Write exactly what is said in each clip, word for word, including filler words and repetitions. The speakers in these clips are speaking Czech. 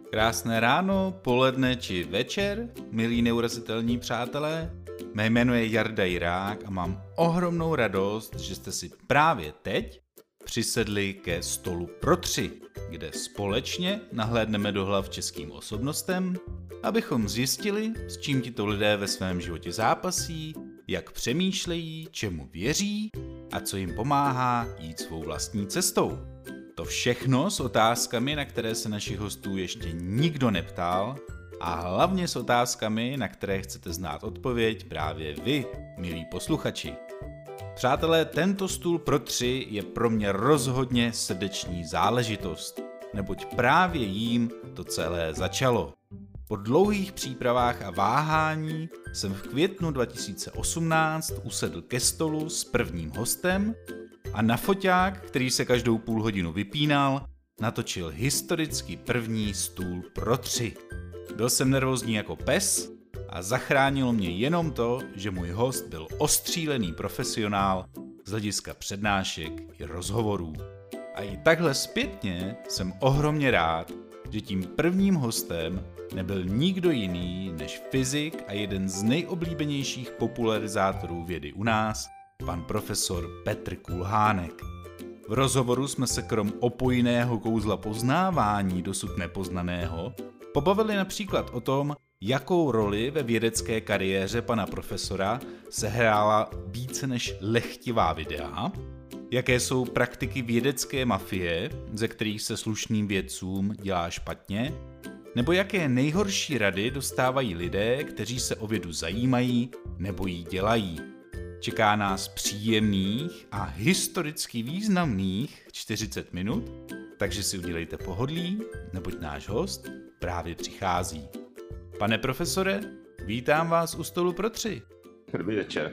Krásné ráno, poledne či večer, milí neurazitelní přátelé. Mé jméno je Jarda Jirák a mám ohromnou radost, že jste si právě teď přisedli ke stolu pro tři, kde společně nahlédneme do hlav českým osobnostem, abychom zjistili, s čím tito lidé ve svém životě zápasí, jak přemýšlejí, čemu věří a co jim pomáhá jít svou vlastní cestou. To všechno s otázkami, na které se našich hostů ještě nikdo neptal, a hlavně s otázkami, na které chcete znát odpověď právě vy, milí posluchači. Přátelé, tento stůl pro tři je pro mě rozhodně srdeční záležitost, neboť právě jím to celé začalo. Po dlouhých přípravách a váhání jsem v květnu dva tisíce osmnáct usedl ke stolu s prvním hostem a na foťák, který se každou půl hodinu vypínal, natočil historicky první stůl pro tři. Byl jsem nervózní jako pes a zachránilo mě jenom to, že můj host byl ostřílený profesionál z hlediska přednášek i rozhovorů. A i takhle zpětně jsem ohromně rád, že tím prvním hostem nebyl nikdo jiný než fyzik a jeden z nejoblíbenějších popularizátorů vědy u nás, pan profesor Petr Kulhánek. V rozhovoru jsme se krom opojného kouzla poznávání dosud nepoznaného pobavili například o tom, jakou roli ve vědecké kariéře pana profesora sehrála více než lehtivá videa, jaké jsou praktiky vědecké mafie, ze kterých se slušným vědcům dělá špatně, nebo jaké nejhorší rady dostávají lidé, kteří se o vědu zajímají nebo ji dělají. Čeká nás příjemných a historicky významných čtyřicet minut, takže si udělejte pohodlí, neboť náš host právě přichází. Pane profesore, vítám vás u stolu pro tři. Dobrý večer.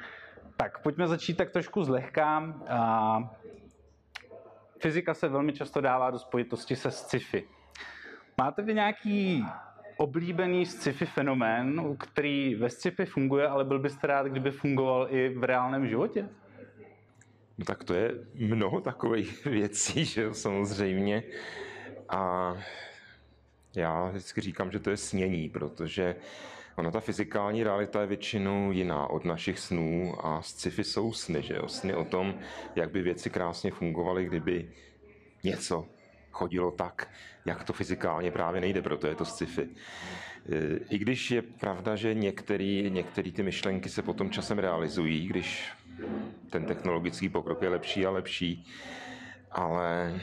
Tak pojďme začít tak trošku zlehka. A fyzika se velmi často dává do spojitosti se sci-fi. Máte vy nějaký oblíbený sci-fi fenomén, který ve sci-fi funguje, ale byl byste rád, kdyby fungoval i v reálném životě? No tak to je mnoho takových věcí, že jo, samozřejmě. A já vždycky říkám, že to je snění, protože ona ta fyzikální realita je většinou jiná od našich snů a sci-fi jsou sny, že jo? Sny o tom, jak by věci krásně fungovaly, kdyby něco chodilo tak, jak to fyzikálně právě nejde, proto je to sci-fi. I když je pravda, že některé některé ty myšlenky se potom časem realizují, když ten technologický pokrok je lepší a lepší, ale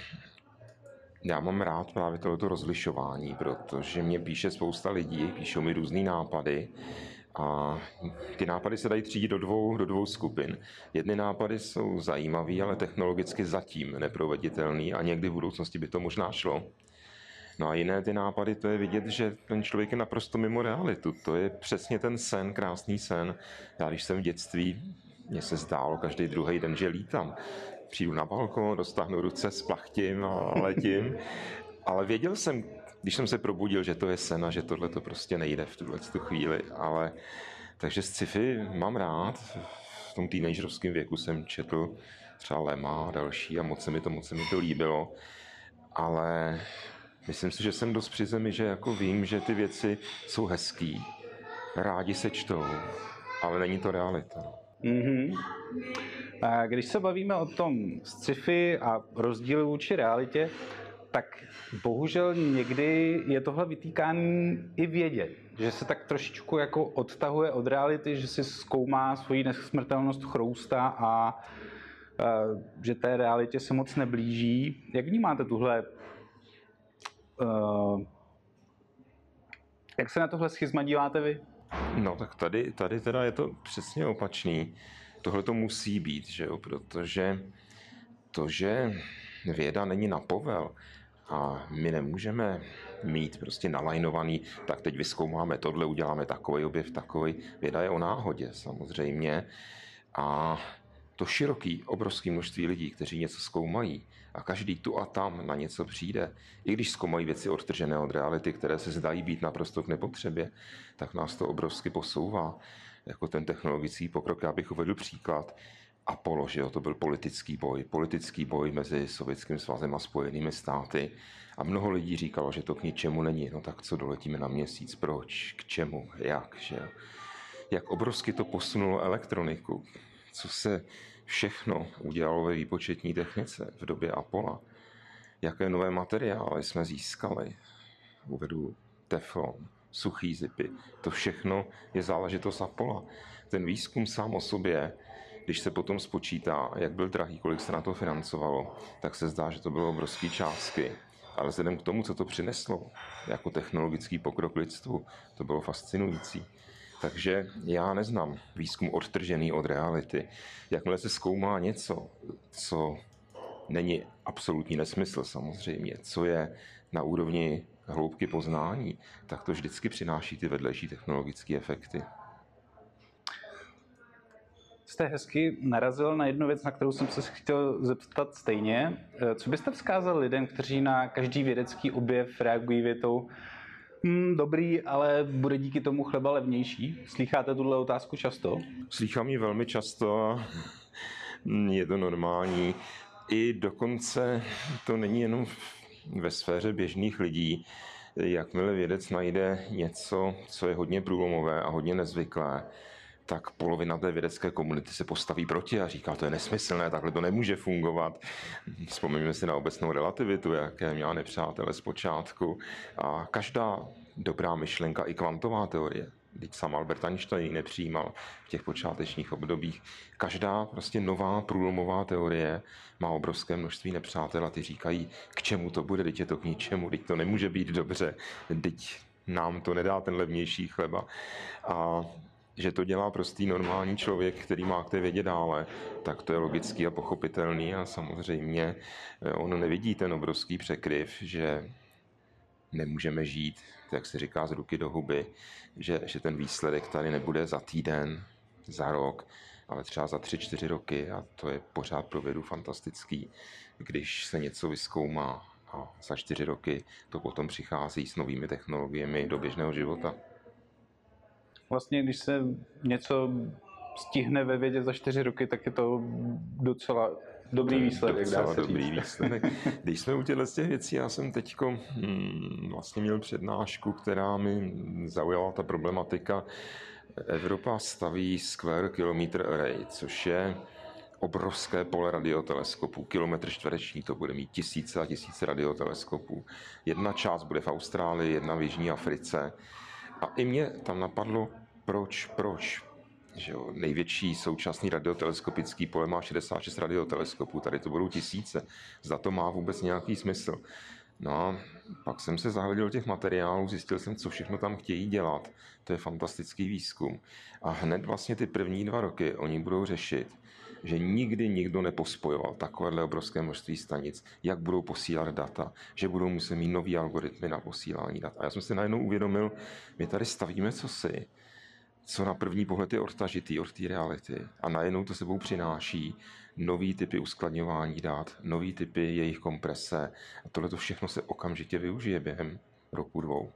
já mám rád právě tohleto rozlišování, protože mě píše spousta lidí, píšou mi různý nápady a ty nápady se dají třídit do dvou, do dvou skupin. Jedny nápady jsou zajímavý, ale technologicky zatím neproveditelný a někdy v budoucnosti by to možná šlo. No a jiné ty nápady, to je vidět, že ten člověk je naprosto mimo realitu. To je přesně ten sen, krásný sen. Já když jsem v dětství, mně se zdálo každý druhý den, že lítám. Přijdu na balkon, dostahnu ruce, splachtím a letím. Ale věděl jsem, když jsem se probudil, že to je sen a že tohle to prostě nejde v tuhle chvíli. Ale takže sci-fi mám rád. V tom teenagerovském věku jsem četl třeba Lema a další a moc se mi to, moc se mi to líbilo. Ale myslím si, že jsem dost při zemi, že jako vím, že ty věci jsou hezký, rádi se čtou, ale není to realita. Mm-hmm. A když se bavíme o tom sci-fi a rozdílu vůči realitě, tak bohužel někdy je tohle vytýkání i vědě, že se tak trošičku jako odtahuje od reality, že si zkoumá svoji nesmrtelnost chrousta a, a že té realitě se moc neblíží. Jak vnímáte tuhle, uh, jak se na tohle schizma díváte vy? No tak tady, tady teda je to přesně opačný. Tohle to musí být, že jo, protože to, že věda není na povel a my nemůžeme mít prostě nalajnovaný, tak teď vyzkoumáme tohle, uděláme takový objev, takový. Věda je o náhodě samozřejmě a to široký, obrovské množství lidí, kteří něco zkoumají a každý tu a tam na něco přijde, i když zkoumají věci odtržené od reality, které se zdají být naprosto k nepotřebě, tak nás to obrovsky posouvá, jako ten technologický pokrok. Já bych uvedl příklad. Apollo, že jo, to byl politický boj, politický boj mezi Sovětským svazem a Spojenými státy a mnoho lidí říkalo, že to k ničemu není, no tak co, doletíme na Měsíc, proč, k čemu, jak, že jo. Jak obrovsky to posunulo elektroniku, co se všechno udělalo ve výpočetní technice v době Apollo, jaké nové materiály jsme získali, uvedu teflon, suchý zipy, to všechno je záležitost Apollo. Ten výzkum sám o sobě, když se potom spočítá, jak byl drahý, kolik se na to financovalo, tak se zdá, že to bylo obrovské částky. Ale vzhledem k tomu, co to přineslo, jako technologický pokrok lidstvu, to bylo fascinující. Takže já neznám výzkum odtržený od reality. Jakmile se zkoumá něco, co není absolutní nesmysl samozřejmě, co je na úrovni hloubky poznání, tak to vždycky přináší ty vedlejší technologické efekty. Jste hezky narazil na jednu věc, na kterou jsem se chtěl zeptat stejně. Co byste vzkázal lidem, kteří na každý vědecký objev reagují větou hm, dobrý, ale bude díky tomu chleba levnější? Slycháte tuhle otázku často? Slychám ji velmi často a je to normální. I dokonce to není jenom ve sféře běžných lidí. Jakmile vědec najde něco, co je hodně průlomové a hodně nezvyklé, tak polovina té vědecké komunity se postaví proti a říká, to je nesmyslné, takhle to nemůže fungovat. Vzpomeňme si na obecnou relativitu, jaké měla nepřátele zpočátku. A každá dobrá myšlenka, i kvantová teorie, teď sám Albert Einstein ji nepřijímal v těch počátečních obdobích. Každá prostě nová průlomová teorie má obrovské množství nepřátel a ty říkají, k čemu to bude, teď je to k ničemu, teď to nemůže být dobře, teď nám to nedá ten levnější chleba. A že to dělá prostý normální člověk, který má k té vědě dále, tak to je logický a pochopitelný a samozřejmě on nevidí ten obrovský překryv, že nemůžeme žít, jak se říká, z ruky do huby, že, že ten výsledek tady nebude za týden, za rok, ale třeba za tři, čtyři roky a to je pořád pro vědu fantastický, když se něco vyzkoumá a za čtyři roky to potom přichází s novými technologiemi do běžného života. Vlastně, když se něco stihne ve vědě za čtyři roky, tak je to docela dobrý výsledek, docela dá se dobrý říct. výsledek. Když jsme u těchto těch věcí, já jsem teďko hmm, vlastně měl přednášku, která mi zaujala ta problematika. Evropa staví Square Kilometer Array, což je obrovské pole radioteleskopů. Kilometr čtvereční to bude mít tisíce a tisíce radioteleskopů. Jedna část bude v Austrálii, jedna v Jižní Africe. A i mě tam napadlo, proč, proč. Že jo, největší současný radioteleskopický pole má šedesát šest radioteleskopů, tady to budou tisíce. Zda to má vůbec nějaký smysl. No a pak jsem se zahledil do těch materiálů, zjistil jsem, co všechno tam chtějí dělat. To je fantastický výzkum. A hned vlastně ty první dva roky oni budou řešit, že nikdy nikdo nepospojoval takovéhle obrovské množství stanic, jak budou posílat data, že budou muset mít nový algoritmy na posílání dat. A já jsem si najednou uvědomil, my tady stavíme cosi, co na první pohled je odtažitý od té reality. A najednou to sebou přináší nový typy uskladňování dat, nový typy jejich komprese. A tohle všechno se okamžitě využije během roku, dvou.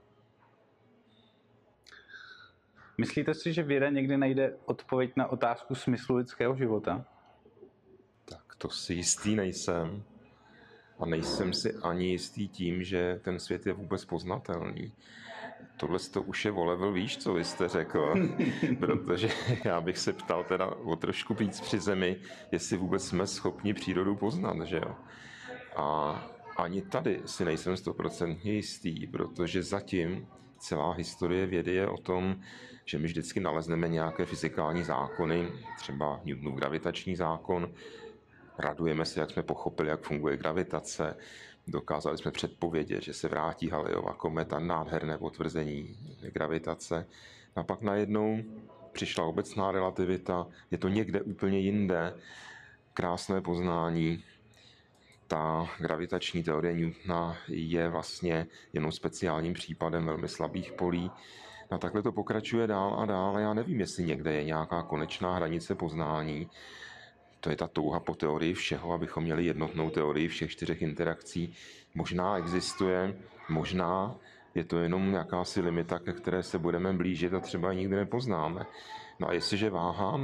Myslíte si, že věda někdy najde odpověď na otázku smyslu lidského života? Tak to si jistý nejsem. A nejsem si ani jistý tím, že ten svět je vůbec poznatelný. Tohle to už je volevel, víš, co vy jste řekl, protože já bych se ptal teda o trošku víc při zemi, jestli vůbec jsme schopni přírodu poznat, že jo. A ani tady si nejsem stoprocentně jistý, protože zatím celá historie vědy je o tom, že my vždycky nalezneme nějaké fyzikální zákony, třeba Newtonův gravitační zákon, radujeme se, jak jsme pochopili, jak funguje gravitace, dokázali jsme předpovědět, že se vrátí Halleyova kometa, nádherné potvrzení gravitace. A pak najednou přišla obecná relativita, je to někde úplně jinde, krásné poznání. Ta gravitační teorie Newtona je vlastně jenom speciálním případem velmi slabých polí. A takhle to pokračuje dál a dál. A já nevím, jestli někde je nějaká konečná hranice poznání. To je ta touha po teorii všeho, abychom měli jednotnou teorii všech čtyřech interakcí. Možná existuje, možná je to jenom jakási limita, ke které se budeme blížit a třeba ji nikdy nepoznáme. No a jestliže váháme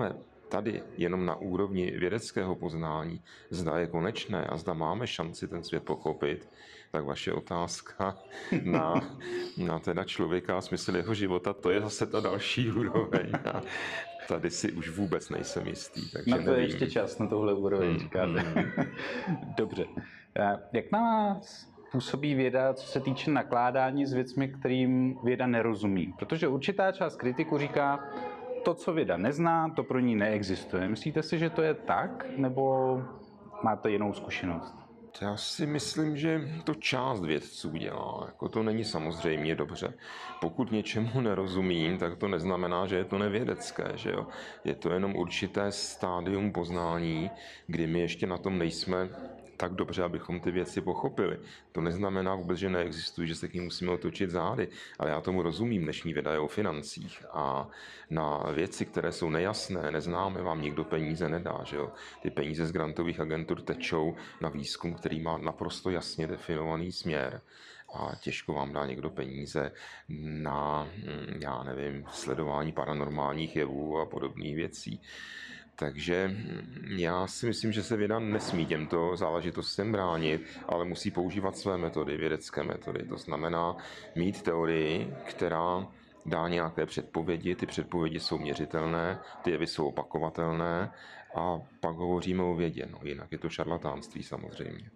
tady jenom na úrovni vědeckého poznání, zda je konečné a zda máme šanci ten svět pochopit, tak vaše otázka na, na teda člověka a smysl jeho života, to je zase ta další úroveň. A tady si už vůbec nejsem jistý. Takže na to nevím. je ještě čas, na tohle úroveň, hmm, říkáte. Hmm. Dobře. Jak na vás působí věda, co se týče nakládání s věcmi, kterým věda nerozumí? Protože určitá část kritiků říká, to, co věda nezná, to pro ní neexistuje. Myslíte si, že to je tak, nebo máte jinou zkušenost? Já si myslím, že to část vědců dělá. Jako to není samozřejmě dobře. Pokud něčemu nerozumím, tak to neznamená, že je to nevědecké. Že jo? Je to jenom určité stádium poznání, kdy my ještě na tom nejsme tak dobře, abychom ty věci pochopili. To neznamená vůbec, že neexistují, že se k ní musíme otočit zády, ale já tomu rozumím. Dnešní věda je o financích a na věci, které jsou nejasné, neznáme, vám nikdo peníze nedá. Že jo? Ty peníze z grantových agentur tečou na výzkum, který má naprosto jasně definovaný směr. A těžko vám dá někdo peníze na, já nevím, sledování paranormálních jevů a podobných věcí. Takže já si myslím, že se věda nesmí těmto záležitostem bránit, ale musí používat své metody, vědecké metody. To znamená mít teorii, která dá nějaké předpovědi, ty předpovědi jsou měřitelné, ty jevy jsou opakovatelné a pak hovoříme o vědě. No, jinak je to šarlatánství samozřejmě.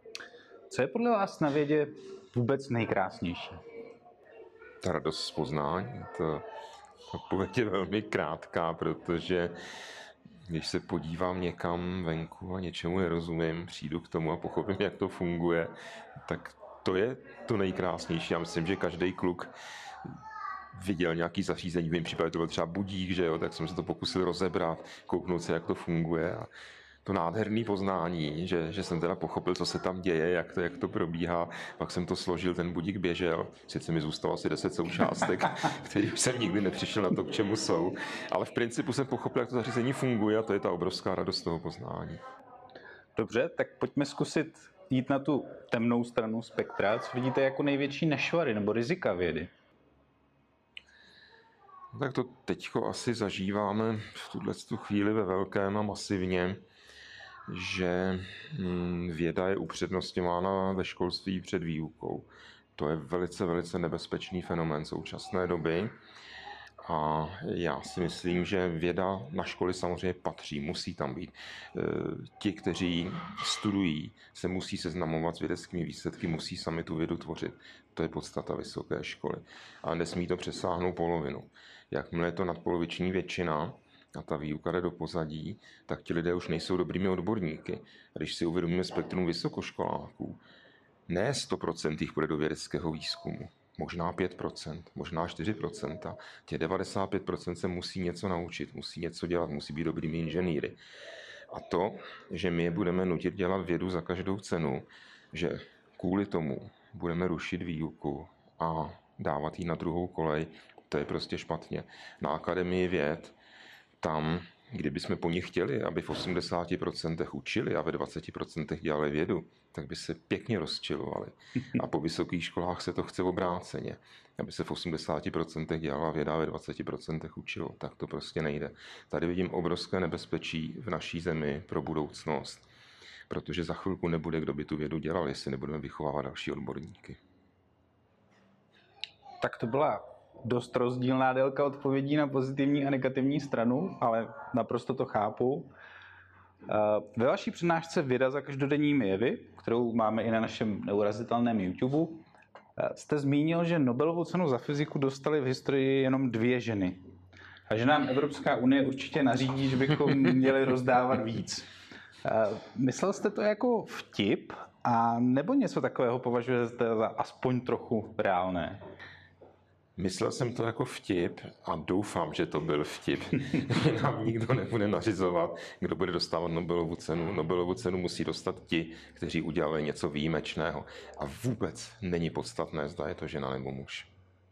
Co je podle vás na vědě vůbec nejkrásnější? Ta radost z poznání, to odpověď je velmi krátká, protože když se podívám někam venku a něčemu nerozumím, přijdu k tomu a pochopím, jak to funguje, tak to je to nejkrásnější. Já myslím, že každý kluk viděl nějaký zařízení, v mém případě to byl třeba budík, že jo, tak jsem se to pokusil rozebrat, kouknout se, jak to funguje. A to nádherné poznání, že, že jsem teda pochopil, co se tam děje, jak to, jak to probíhá. Pak jsem to složil, ten budík běžel. Sice mi zůstalo asi deset součástek, který už jsem nikdy nepřišel na to, k čemu jsou. Ale v principu jsem pochopil, jak to zařízení funguje a to je ta obrovská radost toho poznání. Dobře, tak pojďme zkusit jít na tu temnou stranu spektra. Co vidíte jako největší nešvary nebo rizika vědy? No, tak to teďko asi zažíváme v tuhle chvíli ve velkém a masivně, že věda je upřednostňována ve školství před výukou. To je velice, velice nebezpečný fenomén současné doby. A já si myslím, že věda na školy samozřejmě patří, musí tam být. Ti, kteří studují, se musí seznamovat s vědeckými výsledky, musí sami tu vědu tvořit. To je podstata vysoké školy. Ale nesmí to přesáhnout polovinu. Jakmile je to nadpoloviční většina, a ta výuka jde do pozadí, tak ti lidé už nejsou dobrými odborníky. A když si uvědomíme spektrum vysokoškoláků, ne sto procent jich bude do vědeckého výzkumu, možná pět procent, možná čtyři procenta. Těch devadesát pět procent se musí něco naučit, musí něco dělat, musí být dobrými inženýry. A to, že my je budeme nutit dělat vědu za každou cenu, že kvůli tomu budeme rušit výuku a dávat ji na druhou kolej, to je prostě špatně. Na Akademii věd tam, kdybychom po nich chtěli, aby v osmdesáti procentech učili a ve dvaceti procentech dělali vědu, tak by se pěkně rozčilovali. A po vysokých školách se to chce obráceně. Aby se v osmdesáti procentech dělala věda a ve dvaceti procentech učilo. Tak to prostě nejde. Tady vidím obrovské nebezpečí v naší zemi pro budoucnost. Protože za chvilku nebude, kdo by tu vědu dělal, jestli nebudeme vychovávat další odborníky. Tak to byla dost rozdílná délka odpovědí na pozitivní a negativní stranu, ale naprosto to chápu. Ve vaší přednášce Věda za každodenními jevy, kterou máme i na našem neurazitelném YouTube, jste zmínil, že Nobelovu cenu za fyziku dostali v historii jenom dvě ženy. A že nám Evropská unie určitě nařídí, že bychom měli rozdávat víc. Myslel jste to jako vtip, a nebo něco takového považujete za aspoň trochu reálné? Myslel jsem to jako vtip a doufám, že to byl vtip. Nám nikdo nebude nařizovat, kdo bude dostávat Nobelovu cenu. Nobelovu cenu musí dostat ti, kteří udělali něco výjimečného. A vůbec není podstatné, zda je to žena nebo muž.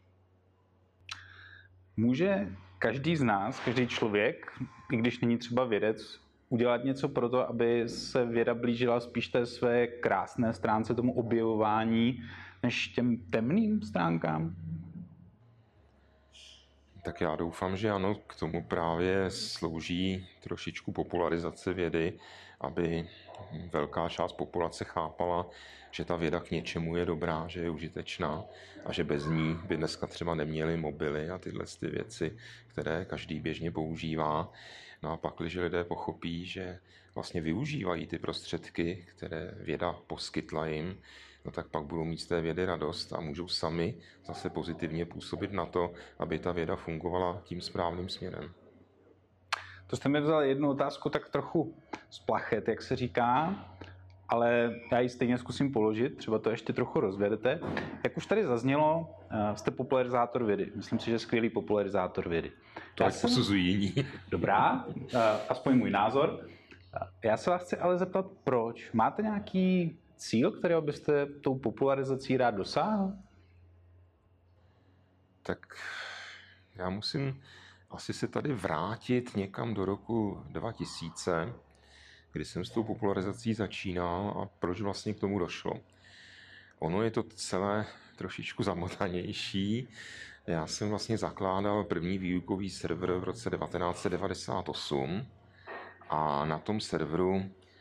Může každý z nás, každý člověk, i když není třeba vědec, udělat něco pro to, aby se věda blížila spíš té své krásné stránce, tomu objevování, než těm temným stránkám? Tak já doufám, že ano, k tomu právě slouží trošičku popularizace vědy, aby velká část populace chápala, že ta věda k něčemu je dobrá, že je užitečná a že bez ní by dneska třeba neměli mobily a tyhle ty věci, které každý běžně používá. No a pak, když lidé pochopí, že vlastně využívají ty prostředky, které věda poskytla jim, no tak pak budou mít z té vědy radost a můžou sami zase pozitivně působit na to, aby ta věda fungovala tím správným směrem. To jste mi vzal jednu otázku tak trochu z plachet, jak se říká, ale já ji stejně zkusím položit, třeba to ještě trochu rozvedete. Jak už tady zaznělo, jste popularizátor vědy. Myslím si, že skvělý popularizátor vědy. To jak jsem... posuzují jiní. Dobrá, aspoň můj názor. Já se vás chci ale zeptat, proč? Máte nějaký cíl, kterého byste tou popularizací rád dosáhl? Tak já musím asi se tady vrátit někam do roku dva tisíce, kdy jsem s tou popularizací začínal a proč vlastně k tomu došlo. Ono je to celé trošičku zamotanější. Já jsem vlastně zakládal první výukový server v roce devatenáct set devadesát osm a na tom serveru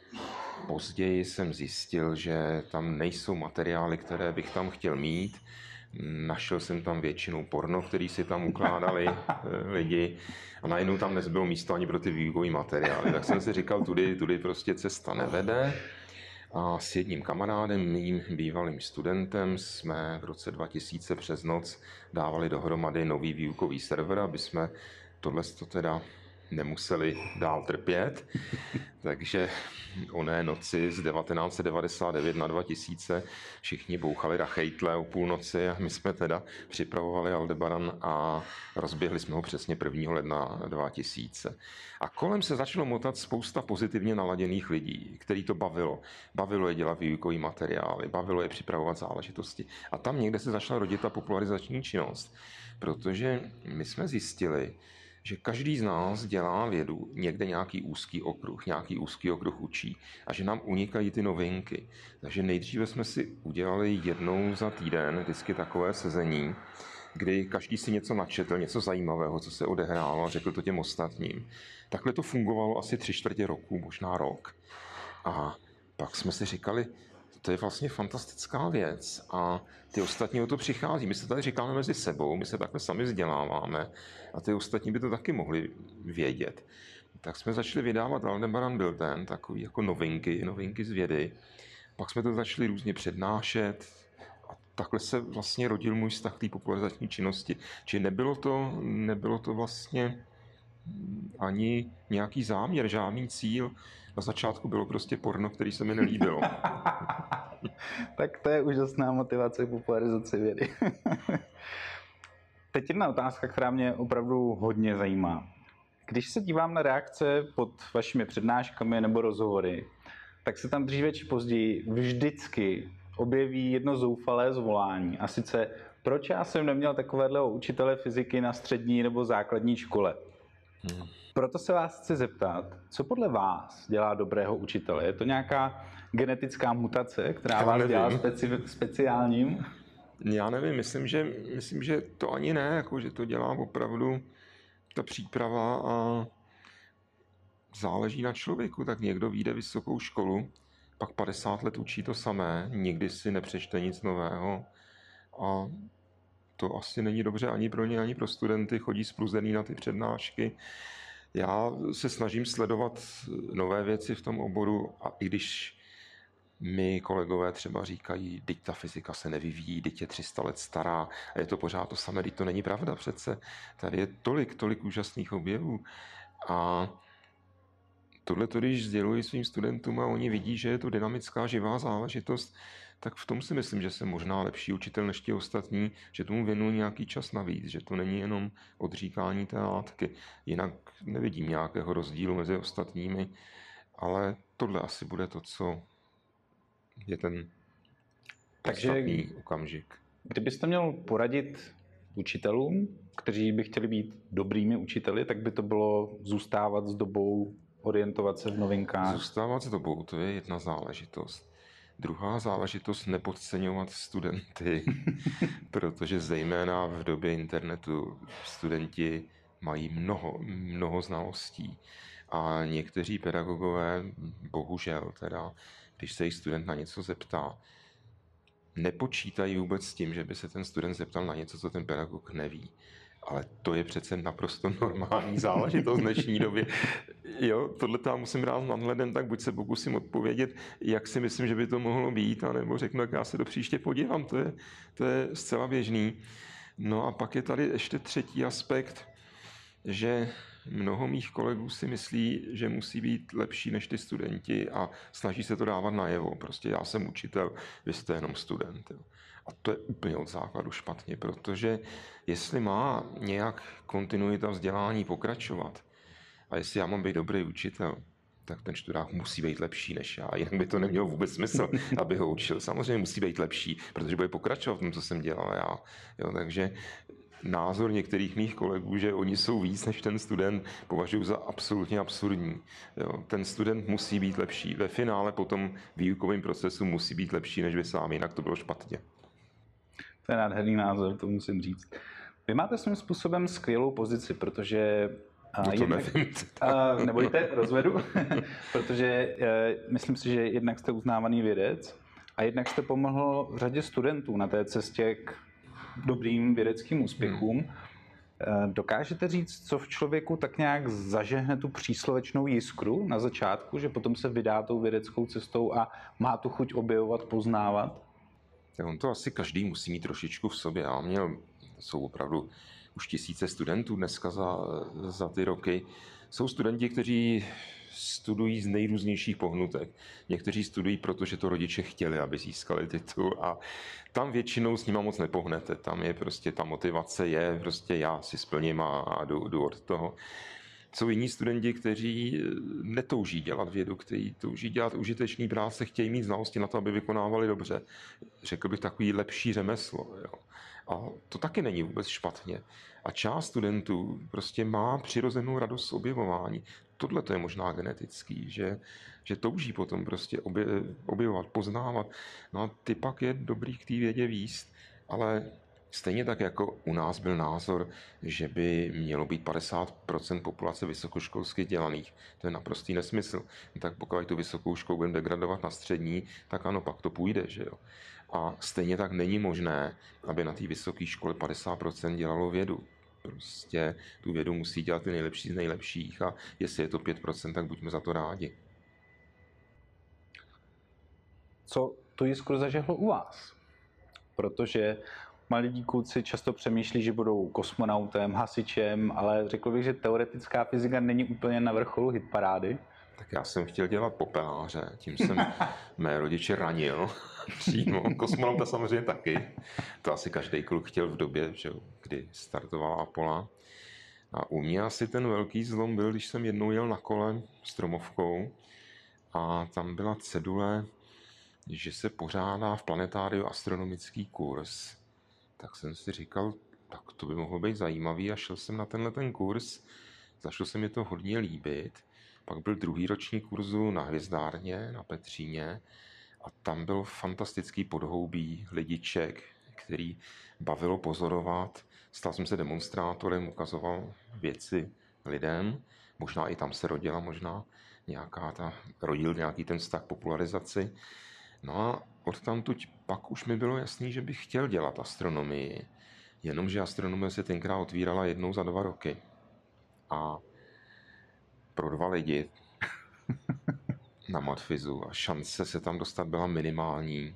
později jsem zjistil, že tam nejsou materiály, které bych tam chtěl mít. Našel jsem tam většinou porno, který si tam ukládali lidi a najednou tam nezbylo místo ani pro ty výukové materiály. Tak jsem si říkal, tudy, tudy prostě cesta nevede. A s jedním kamarádem, mým bývalým studentem, jsme v roce dva tisíce přes noc dávali dohromady nový výukový server, aby jsme tohle teda nemuseli dál trpět. Takže oné noci z devatenáct set devadesát devět na dva tisíce všichni bouchali rachejtle o půlnoci a my jsme teda připravovali Aldebaran a rozběhli jsme ho přesně prvního ledna dva tisíce. A kolem se začalo motat spousta pozitivně naladěných lidí, který to bavilo. Bavilo je dělat výukový materiály, bavilo je připravovat záležitosti. A tam někde se začala rodit ta popularizační činnost, protože my jsme zjistili, že každý z nás dělá vědu, někde nějaký úzký okruh, nějaký úzký okruh učí a že nám unikají ty novinky. Takže nejdříve jsme si udělali jednou za týden vždycky takové sezení, kdy každý si něco načetl, něco zajímavého, co se odehrálo a řekl to těm ostatním. Takhle to fungovalo asi tři čtvrtě roku, možná rok. A pak jsme si říkali, to je vlastně fantastická věc a ty ostatní o to přichází. My se tady říkáme mezi sebou, my se takhle sami vzděláváme a ty ostatní by to taky mohli vědět. Tak jsme začali vydávat Aldebaran byl ten, takový jako novinky, novinky z vědy. Pak jsme to začali různě přednášet a takhle se vlastně rodil můj vztah k té popularizační činnosti. Čili nebylo to, nebylo to vlastně ani nějaký záměr, žádný cíl. Na začátku bylo prostě porno, který se mi nelíbilo. Tak to je úžasná motivace popularizace vědy. Teď jedna otázka, která mě opravdu hodně zajímá. Když se dívám na reakce pod vašimi přednáškami nebo rozhovory, tak se tam dříve či později vždycky objeví jedno zoufalé zvolání. A sice, proč já jsem neměl takového učitele fyziky na střední nebo základní škole? Hmm. Proto se vás chci zeptat, co podle vás dělá dobrého učitele? Je to nějaká genetická mutace, která já vás nevím. dělá speci- speciálním? Já nevím, myslím, že, myslím, že to ani ne, jako, že to dělá opravdu ta příprava a záleží na člověku. Tak někdo vyjde vysokou školu, pak padesát let učí to samé, nikdy si nepřečte nic nového a to asi není dobře ani pro ně, ani pro studenty, chodí spruzený na ty přednášky. Já se snažím sledovat nové věci v tom oboru a i když mi kolegové třeba říkají, teď ta fyzika se nevyvíjí, teď je tři sta let stará a je to pořád to samé, teď to není pravda přece. Tady je tolik, tolik úžasných objevů a tohle to, když sděluji svým studentům a oni vidí, že je to dynamická, živá záležitost, tak v tom si myslím, že jsem možná lepší učitel než ti ostatní, že tomu věnuji nějaký čas navíc, že to není jenom odříkání té látky. Jinak nevidím nějakého rozdílu mezi ostatními, ale tohle asi bude to, co je ten podstatný Takže, okamžik. Kdybyste měl poradit učitelům, kteří by chtěli být dobrými učiteli, tak by to bylo zůstávat s dobou, orientovat se v novinkách? Zůstávat s dobou, to je jedna záležitost. Druhá záležitost, nepodceňovat studenty, protože zejména v době internetu studenti mají mnoho, mnoho znalostí. A někteří pedagogové, bohužel teda, když se jich student na něco zeptá, nepočítají vůbec s tím, že by se ten student zeptal na něco, co ten pedagog neví. Ale to je přece naprosto normální záležitost v dnešní době. Jo, tohle tam musím brát nadhledem, tak buď se pokusím odpovědět, jak si myslím, že by to mohlo být, anebo řeknu, jak já se do příště podívám, to je, to je zcela běžný. No a pak je tady ještě třetí aspekt, že mnoho mých kolegů si myslí, že musí být lepší než ty studenti a snaží se to dávat najevo. Prostě já jsem učitel, vy jste jenom student. Jo. A to je úplně od základu špatně, protože jestli má nějak kontinuita vzdělání pokračovat a jestli já mám být dobrý učitel, tak ten studák musí být lepší než já, jinak by to nemělo vůbec smysl, aby ho učil. Samozřejmě musí být lepší, protože bude pokračovat v tom, co jsem dělal já. Jo, takže názor některých mých kolegů, že oni jsou víc než ten student, považuji za absolutně absurdní. Jo, ten student musí být lepší. Ve finále po tom výukovém procesu musí být lepší než vy sám, jinak to bylo špatně. To je nádherný názor, to musím říct. Vy máte svým způsobem skvělou pozici, protože... No to jednak, nevím. Uh, nebojte, rozvedu. Protože uh, myslím si, že jednak jste uznávaný vědec a jednak jste pomohl řadě studentů na té cestě k dobrým vědeckým úspěchům. Hmm. Dokážete říct, co v člověku tak nějak zažehne tu příslovečnou jiskru na začátku, že potom se vydá tou vědeckou cestou a má tu chuť objevovat, poznávat? On to asi každý musí mít trošičku v sobě. Já měl, jsou opravdu už tisíce studentů dneska za, za ty roky. Jsou studenti, kteří studují z nejrůznějších pohnutek. Někteří studují, protože to rodiče chtěli, aby získali titul a tam většinou s nima moc nepohnete. Tam je prostě ta motivace je, prostě já si splním a, a jdu, jdu od toho. Jsou jiní studenti, kteří netouží dělat vědu, kteří touží dělat užitečný práce, chtějí mít znalosti na to, aby vykonávali dobře. Řekl bych takový lepší řemeslo. Jo. A to taky není vůbec špatně. A část studentů prostě má přirozenou radost z objevování. Tohle to je možná genetický, že, že touží potom prostě obje, objevovat, poznávat. No a ty pak je dobrý k té vědě víc, ale stejně tak jako u nás byl názor, že by mělo být padesát procent populace vysokoškolsky dělaných. To je naprostý nesmysl. Tak pokud tu vysokou školu budeme degradovat na střední, tak ano, pak to půjde, že jo. A stejně tak není možné, aby na té vysoké škole padesát procent dělalo vědu. Prostě tu vědu musí dělat ty nejlepší z nejlepších a jestli je to pět procent, tak buďme za to rádi. Co tu jiskru zažehlo u vás? Protože mladí kluci často přemýšlí, že budou kosmonautem, hasičem, ale řekl bych, že teoretická fyzika není úplně na vrcholu hitparády. Tak já jsem chtěl dělat popeláře, tím jsem mé rodiče ranil přímo. Kosmonauta samozřejmě taky. To asi každý kluk chtěl v době, že, kdy startovala Apollo. A u mě asi ten velký zlom byl, když jsem jednou jel na kole stromovkou a tam byla cedule, že se pořádá v planetáriu astronomický kurz. Tak jsem si říkal, tak to by mohlo být zajímavý a šel jsem na tenhle ten kurz. Začalo se mi to hodně líbit. Pak byl druhý ročník kurzu na Hvězdárně, na Petříně a tam byl fantastický podhoubí lidiček, který bavilo pozorovat. Stal jsem se demonstrátorem, ukazoval věci lidem. Možná i tam se rodila, možná nějaká ta, rodil nějaký ten vztah popularizaci. No a odtamtud pak už mi bylo jasný, že bych chtěl dělat astronomii. Jenomže astronomie se tenkrát otvírala jednou za dva roky. A pro dva lidi na matfizu a šance se tam dostat byla minimální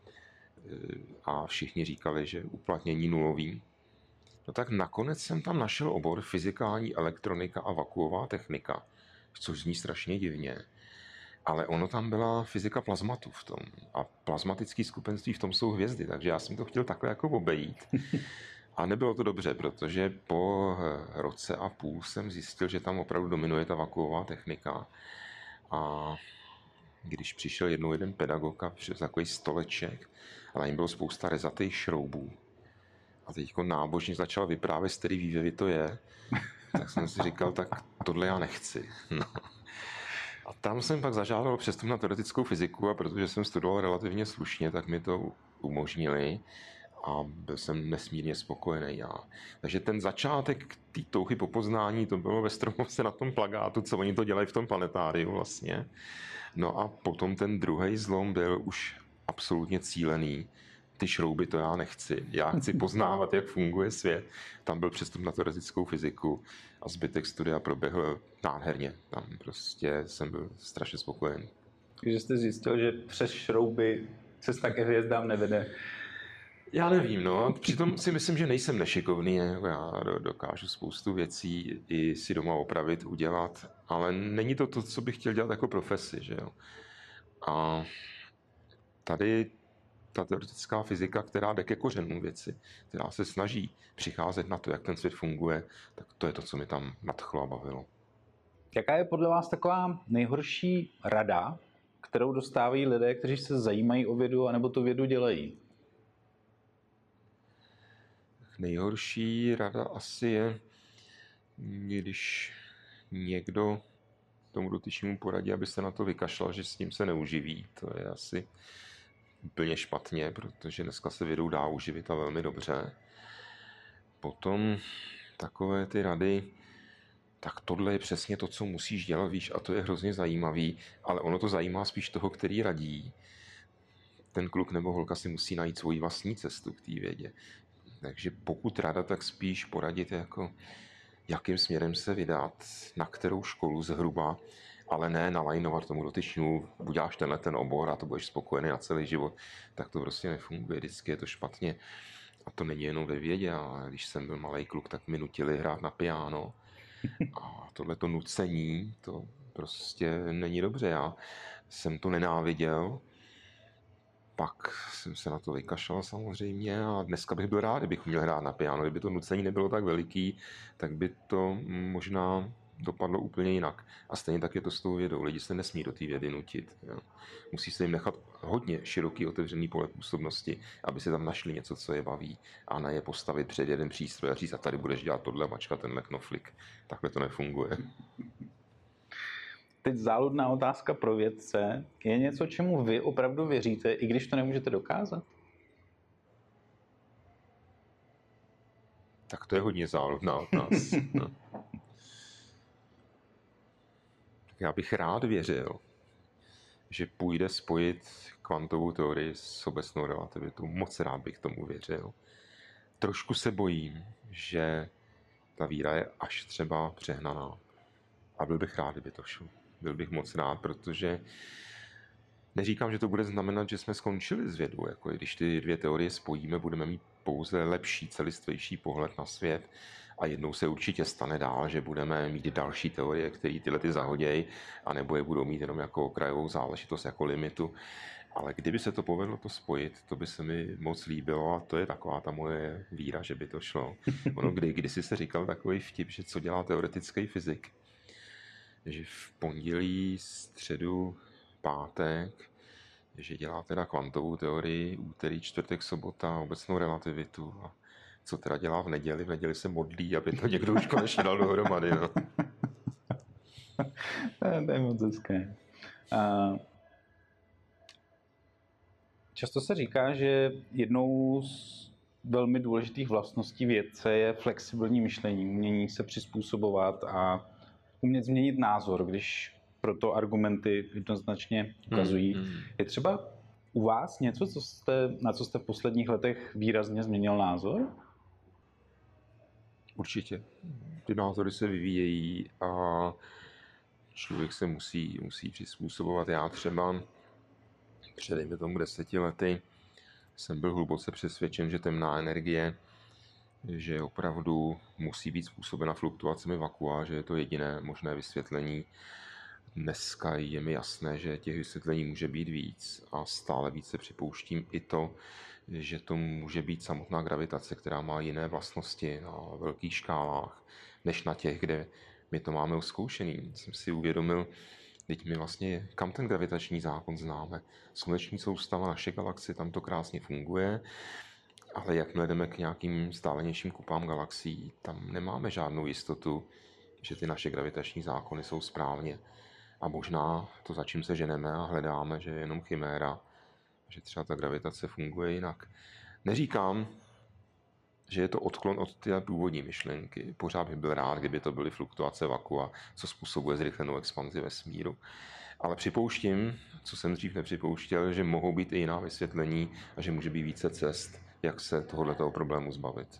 a všichni říkali, že uplatnění nulový. No tak nakonec jsem tam našel obor fyzikální elektronika a vakuová technika, což zní strašně divně, ale ono tam byla fyzika plazmatu v tom a plazmatické skupenství v tom jsou hvězdy, takže já jsem to chtěl takhle jako obejít. A nebylo to dobře, protože po roce a půl jsem zjistil, že tam opravdu dominuje ta vakuová technika. A když přišel jednou jeden pedagog a přišel takový stoleček, a na něm bylo spousta rezatých šroubů. A teď nábožně začal vyprávět, z který vývěvy to je, tak jsem si říkal, tak tohle já nechci. No. A tam jsem pak zažádal přestup na teoretickou fyziku a protože jsem studoval relativně slušně, tak mi to umožnili a byl jsem nesmírně spokojený já. Takže ten začátek té touhy po poznání, to bylo ve Stromovce na tom plakátu, co oni to dělají v tom planetáriu vlastně. No a potom ten druhý zlom byl už absolutně cílený. Ty šrouby to já nechci. Já chci poznávat, jak funguje svět. Tam byl přestup na teoretickou fyziku a zbytek studia proběhl nádherně. Tam prostě jsem byl strašně spokojený. Takže jste zjistil, že přes šrouby cesta ke hvězdám nevede. Já nevím, no. Přitom si myslím, že nejsem nešikovný. Já dokážu spoustu věcí i si doma opravit, udělat, ale není to to, co bych chtěl dělat jako profesi, že jo. A tady ta teoretická fyzika, která jde ke kořenům věci, která se snaží přicházet na to, jak ten svět funguje, tak to je to, co mi tam nadchlo a bavilo. Jaká je podle vás taková nejhorší rada, kterou dostávají lidé, kteří se zajímají o vědu, anebo tu vědu dělají? Nejhorší rada asi je, když někdo tomu dotyčnému poradí, aby se na to vykašlal, že s tím se neuživí. To je asi úplně špatně, protože dneska se vědou dá uživit a velmi dobře. Potom takové ty rady, tak tohle je přesně to, co musíš dělat, víš, a to je hrozně zajímavý, ale ono to zajímá spíš toho, který radí. Ten kluk nebo holka si musí najít svoji vlastní cestu k té vědě. Takže pokud rada, tak spíš poradit, jako, jakým směrem se vydat, na kterou školu zhruba, ale ne nalajnovat tomu dotyčnu, uděláš tenhle ten obor a to budeš spokojený na celý život, tak to prostě nefunguje, vždycky je to špatně. A to není jenom ve vědě, ale když jsem byl malý kluk, tak mi nutili hrát na piano. A tohleto nucení, to prostě není dobře. Já jsem to nenáviděl, pak jsem se na to vykašlal samozřejmě a dneska bych byl rád, kdybych měl hrát na piano. Kdyby to nucení nebylo tak veliký, tak by to možná dopadlo úplně jinak. A stejně tak je to s tou vědou. Lidi se nesmí do té vědy nutit. Jo. Musí se jim nechat hodně široký otevřený pole působnosti, aby si tam našli něco, co je baví, a ne je postavit před jeden přístroj a říct, a tady budeš dělat tohle, mačka tenhle knoflik. Takhle to nefunguje. Teď záludná otázka pro vědce. Je něco, čemu vy opravdu věříte, i když to nemůžete dokázat? Tak to je hodně záludná otázka. No. Já bych rád věřil, že půjde spojit kvantovou teorii s obecnou relativitou. Moc rád bych tomu věřil. Trošku se bojím, že ta víra je až třeba přehnaná. A byl bych rád, kdyby to šlo. Byl bych moc rád, protože neříkám, že to bude znamenat, že jsme skončili s vědou. Jako když ty dvě teorie spojíme, budeme mít pouze lepší, celistvější pohled na svět. A jednou se určitě stane dál, že budeme mít další teorie, které tyhle ty zahodějí, anebo je budou mít jenom jako okrajovou záležitost, jako limitu. Ale kdyby se to povedlo to spojit, to by se mi moc líbilo a to je taková ta moje víra, že by to šlo. Ono kdy, kdysi se říkal takový vtip, že co dělá teoretický fyzik, že v pondělí, středu, pátek, že dělá teda kvantovou teorii, úterý, čtvrtek, sobota, obecnou relativitu a co teda dělá v neděli, v neděli se modlí, aby to někdo už konečně dal dohromady. No. to je moc hezké. Uh, často se říká, že jednou z velmi důležitých vlastností vědce je flexibilní myšlení, umění se přizpůsobovat a umět změnit názor, když proto argumenty jednoznačně ukazují. Hmm, hmm. Je třeba u vás něco, co jste, na co jste v posledních letech výrazně změnil názor? Určitě. Ty názory se vyvíjejí a člověk se musí, musí přizpůsobovat. Já třeba před dejme tomu deseti lety jsem byl hluboce přesvědčen, že temná energie, že opravdu musí být způsobena fluktuacemi vakua, že je to jediné možné vysvětlení. Dneska je mi jasné, že těch vysvětlení může být víc a stále více připouštím i to, že to může být samotná gravitace, která má jiné vlastnosti na velkých škálách, než na těch, kde my to máme odzkoušený. Jsem si uvědomil, teď my vlastně, kam ten gravitační zákon známe. Sluneční soustava, naše galaxie, tam to krásně funguje, ale jakmile jdeme k nějakým vzdálenějším kupám galaxií, tam nemáme žádnou jistotu, že ty naše gravitační zákony jsou správně. A možná to, za čím se ženeme a hledáme, že je jenom chiméra, že třeba ta gravitace funguje jinak. Neříkám, že je to odklon od té původní myšlenky. Pořád bych byl rád, kdyby to byly fluktuace vakua, co způsobuje zrychlenou expanzi vesmíru. Ale připouštím, co jsem dřív nepřipouštěl, že mohou být i jiná vysvětlení a že může být více cest, jak se tohoto problému zbavit.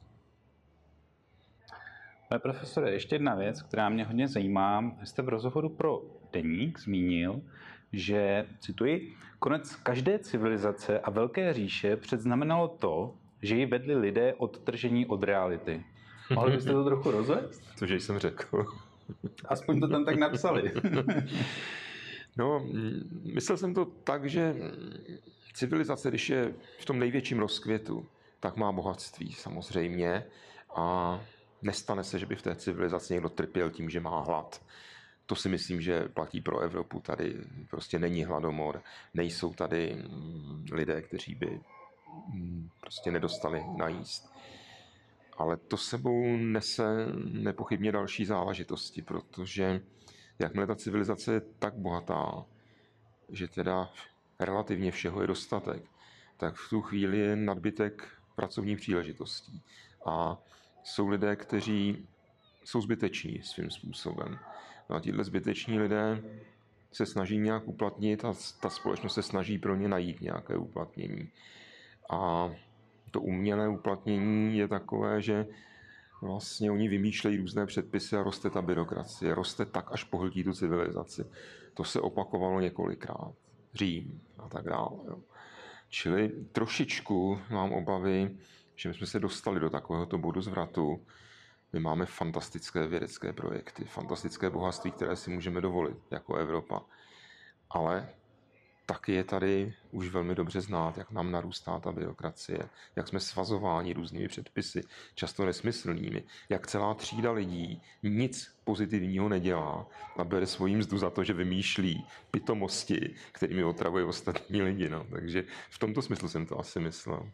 Pane profesore, ještě jedna věc, která mě hodně zajímá. Jste v rozhovoru pro Deník zmínil, že, cituji, konec každé civilizace a velké říše předznamenalo to, že ji vedli lidé odtržení od reality. Mohli byste to trochu rozvést? Cože jsem řekl. Aspoň to tam tak napsali. No, myslel jsem to tak, že civilizace, když je v tom největším rozkvětu, tak má bohatství samozřejmě a nestane se, že by v té civilizaci někdo trpěl tím, že má hlad. To si myslím, že platí pro Evropu. Tady prostě není hladomor, nejsou tady lidé, kteří by prostě nedostali najíst. Ale to sebou nese nepochybně další záležitosti, protože jakmile ta civilizace je tak bohatá, že teda relativně všeho je dostatek, tak v tu chvíli je nadbytek pracovních příležitostí. A jsou lidé, kteří jsou zbyteční svým způsobem. No a tíhle zbyteční lidé se snaží nějak uplatnit a ta společnost se snaží pro ně najít nějaké uplatnění. A to umělé uplatnění je takové, že vlastně oni vymýšlejí různé předpisy a roste ta byrokracie. Roste tak, až pohltí tu civilizaci. To se opakovalo několikrát. Řím a tak dále. Jo. Čili trošičku mám obavy, že my jsme se dostali do takovéhoto bodu zvratu. My máme fantastické vědecké projekty, fantastické bohatství, které si můžeme dovolit jako Evropa. Ale taky je tady už velmi dobře znát, jak nám narůstá ta byrokracie, jak jsme svazováni různými předpisy, často nesmyslnými, jak celá třída lidí nic pozitivního nedělá a bere svoji mzdu za to, že vymýšlí pitomosti, kterými otravuje ostatní lidi. No. Takže v tomto smyslu jsem to asi myslel.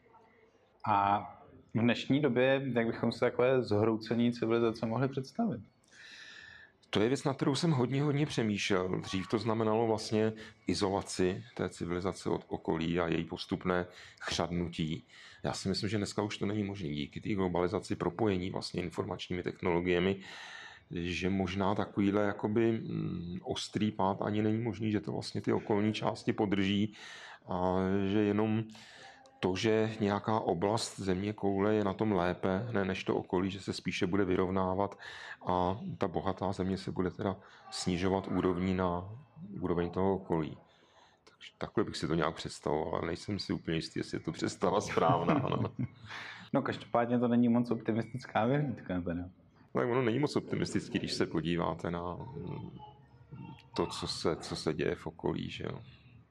A v dnešní době, jak bychom si takové zhroucení civilizace mohli představit? To je věc, na kterou jsem hodně, hodně přemýšlel. Dřív to znamenalo vlastně izolaci té civilizace od okolí a její postupné chřadnutí. Já si myslím, že dneska už to není možné díky té globalizaci, propojení vlastně informačními technologiemi, že možná takovýhle jakoby ostrý pád ani není možný, že to vlastně ty okolní části podrží a že jenom to, že nějaká oblast země koule je na tom lépe, ne než to okolí, že se spíše bude vyrovnávat a ta bohatá země se bude teda snižovat úrovní na úroveň toho okolí. Takže takhle bych si to nějak představoval, ale nejsem si úplně jistý, jestli je to představa správná. No, no každopádně to není moc optimistická vyhlídka. Teda. Tak ono není moc optimistický, když se podíváte na to, co se, co se děje v okolí. Že jo?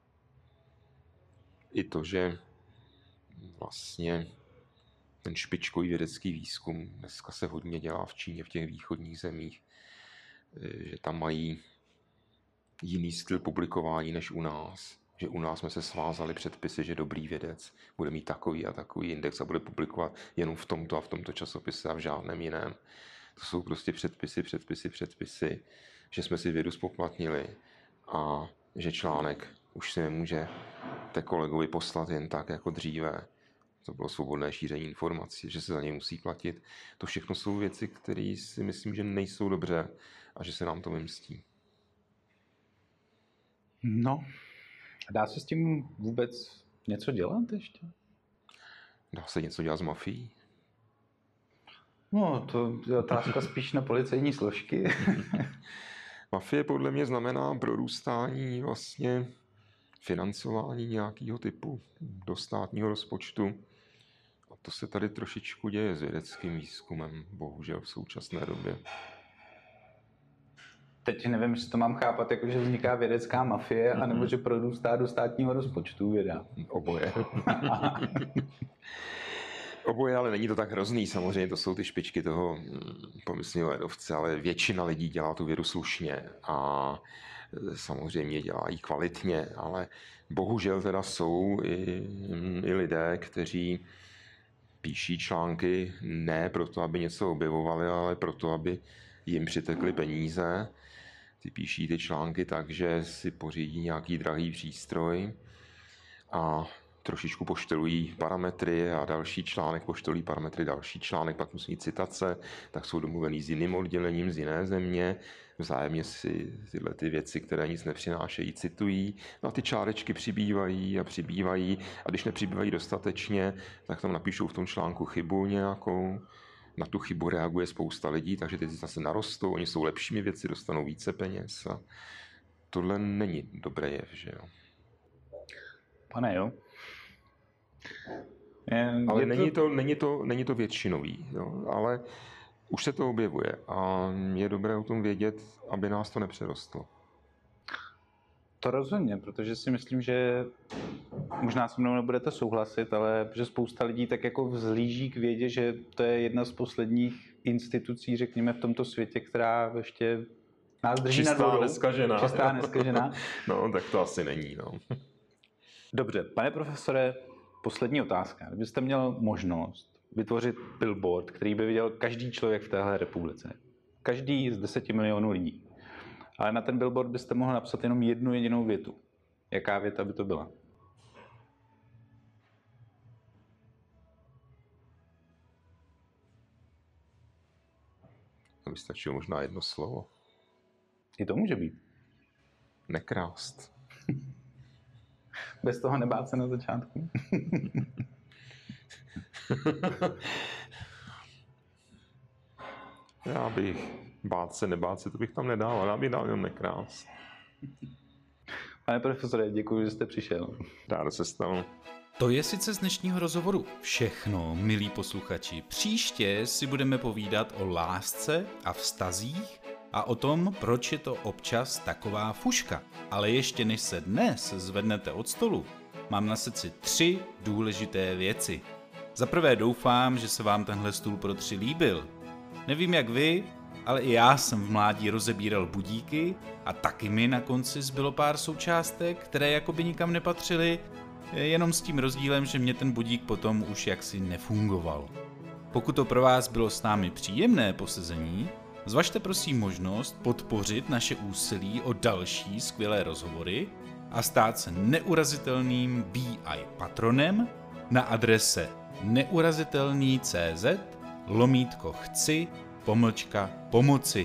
I to, že vlastně ten špičkový vědecký výzkum dneska se hodně dělá v Číně, v těch východních zemích, že tam mají jiný styl publikování než u nás. Že u nás jsme se svázali předpisy, že dobrý vědec bude mít takový a takový index a bude publikovat jenom v tomto a v tomto časopise a v žádném jiném. To jsou prostě předpisy, předpisy, předpisy, že jsme si vědu spoplatnili a že článek už si nemůže té kolegovi poslat jen tak jako dříve. To bylo svobodné šíření informací, že se za něj musí platit. To všechno jsou věci, které si myslím, že nejsou dobře a že se nám to vymstí. No, dá se s tím vůbec něco dělat ještě? Dá se něco dělat s mafií? No, to je otázka spíš na policejní složky. Mafie podle mě znamená prorůstání vlastně financování nějakého typu do státního rozpočtu. A to se tady trošičku děje s vědeckým výzkumem, bohužel v současné době. Teď nevím, jestli to mám chápat, jako že vzniká vědecká mafie, mm-hmm. anebo že prorůstá do státního rozpočtu věda. Oboje. Oboje, ale není to tak hrozný, samozřejmě to jsou ty špičky toho pomyslného ledovce, ale většina lidí dělá tu vědu slušně a samozřejmě dělají kvalitně, ale bohužel teda jsou i, i lidé, kteří píší články ne proto, aby něco objevovali, ale proto, aby jim přitekly peníze, ty píší ty články tak, že si pořídí nějaký drahý přístroj a trošičku poštelují parametry a další článek poštelují parametry, další článek, pak musí mít citace, tak jsou domluvený s jiným oddělením z jiné země, vzájemně si tyhle ty věci, které nic nepřinášejí, citují. No a ty čárečky přibývají a přibývají a když nepřibývají dostatečně, tak tam napíšou v tom článku chybu nějakou. Na tu chybu reaguje spousta lidí, takže ty zase narostou, oni jsou lepšími věci, dostanou více peněz a tohle není dobré jev, že jo. Pane, jo. Je, ale je není, to... To, není, to, není to většinový, jo, ale už se to objevuje a je dobré o tom vědět, aby nás to nepřerostlo. To rozhodně, protože si myslím, že možná se mnou nebudete souhlasit, ale že spousta lidí tak jako vzlíží k vědě, že to je jedna z posledních institucí, řekněme, v tomto světě, která ještě nás drží nad vodou. Neskažená. Čistá, neskažená. No, tak to asi není, no. Dobře, pane profesore, poslední otázka. Kdybyste měl možnost vytvořit billboard, který by viděl každý člověk v téhle republice, každý z deseti milionů lidí, ale na ten billboard byste mohl napsat jenom jednu jedinou větu. Jaká věta by to byla? To by stačilo možná jedno slovo. I to může být. Nekrást. Bez toho nebát se na začátku. Já bych bát se, nebát se, to bych tam nedával. Já bych dal jenom nekrást. Pane profesore, děkuji, že jste přišel. Rád se stalo. To je sice z dnešního rozhovoru všechno, milí posluchači. Příště si budeme povídat o lásce a vztazích a o tom, proč je to občas taková fuška. Ale ještě než se dnes zvednete od stolu, mám na srdci tři důležité věci. Za prvé doufám, že se vám tenhle stůl pro tři líbil. Nevím jak vy, ale i já jsem v mládí rozebíral budíky a taky mi na konci zbylo pár součástek, které jakoby nikam nepatřily, jenom s tím rozdílem, že mě ten budík potom už jaksi nefungoval. Pokud to pro vás bylo s námi příjemné posezení, zvažte prosím možnost podpořit naše úsilí o další skvělé rozhovory a stát se neurazitelným V I patronem na adrese neurazitelný.cz lomítko chci pomlčka pomoci.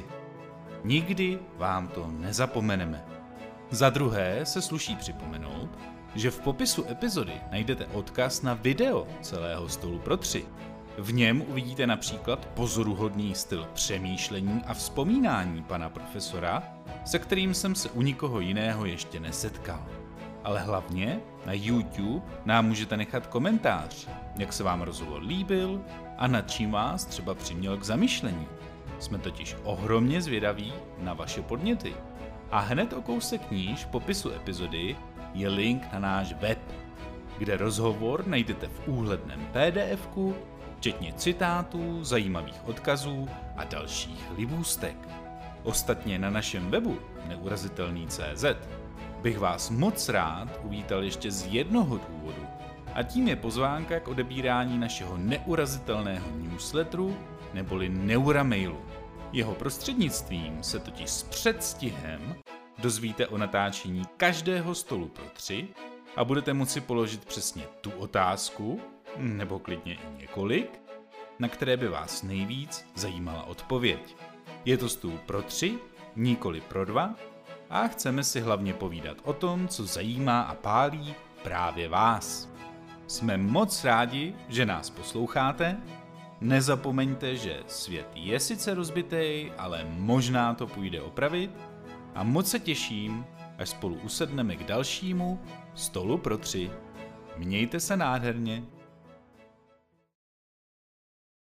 Nikdy vám to nezapomeneme. Za druhé se sluší připomenout, že v popisu epizody najdete odkaz na video celého stolu pro tři. V něm uvidíte například pozoruhodný styl přemýšlení a vzpomínání pana profesora, se kterým jsem se u nikoho jiného ještě nesetkal. Ale hlavně na YouTube nám můžete nechat komentář, jak se vám rozhovor líbil a nad čím vás třeba přiměl k zamyšlení. Jsme totiž ohromně zvědaví na vaše podněty. A hned o kousek níž v popisu epizody je link na náš web, kde rozhovor najdete v úhledném P D F ku, včetně citátů, zajímavých odkazů a dalších libůstek. Ostatně na našem webu neurazitelný tečka cé zet bych vás moc rád uvítal ještě z jednoho důvodu, a tím je pozvánka k odebírání našeho neurazitelného newsletteru neboli Neuramailu. Jeho prostřednictvím se totiž s předstihem dozvíte o natáčení každého stolu pro tři a budete moci položit přesně tu otázku, nebo klidně i několik, na které by vás nejvíc zajímala odpověď. Je to stůl pro tři, nikoli pro dva, a chceme si hlavně povídat o tom, co zajímá a pálí právě vás. Jsme moc rádi, že nás posloucháte. Nezapomeňte, že svět je sice rozbitej, ale možná to půjde opravit. A moc se těším, až spolu usedneme k dalšímu stolu pro tři. Mějte se nádherně.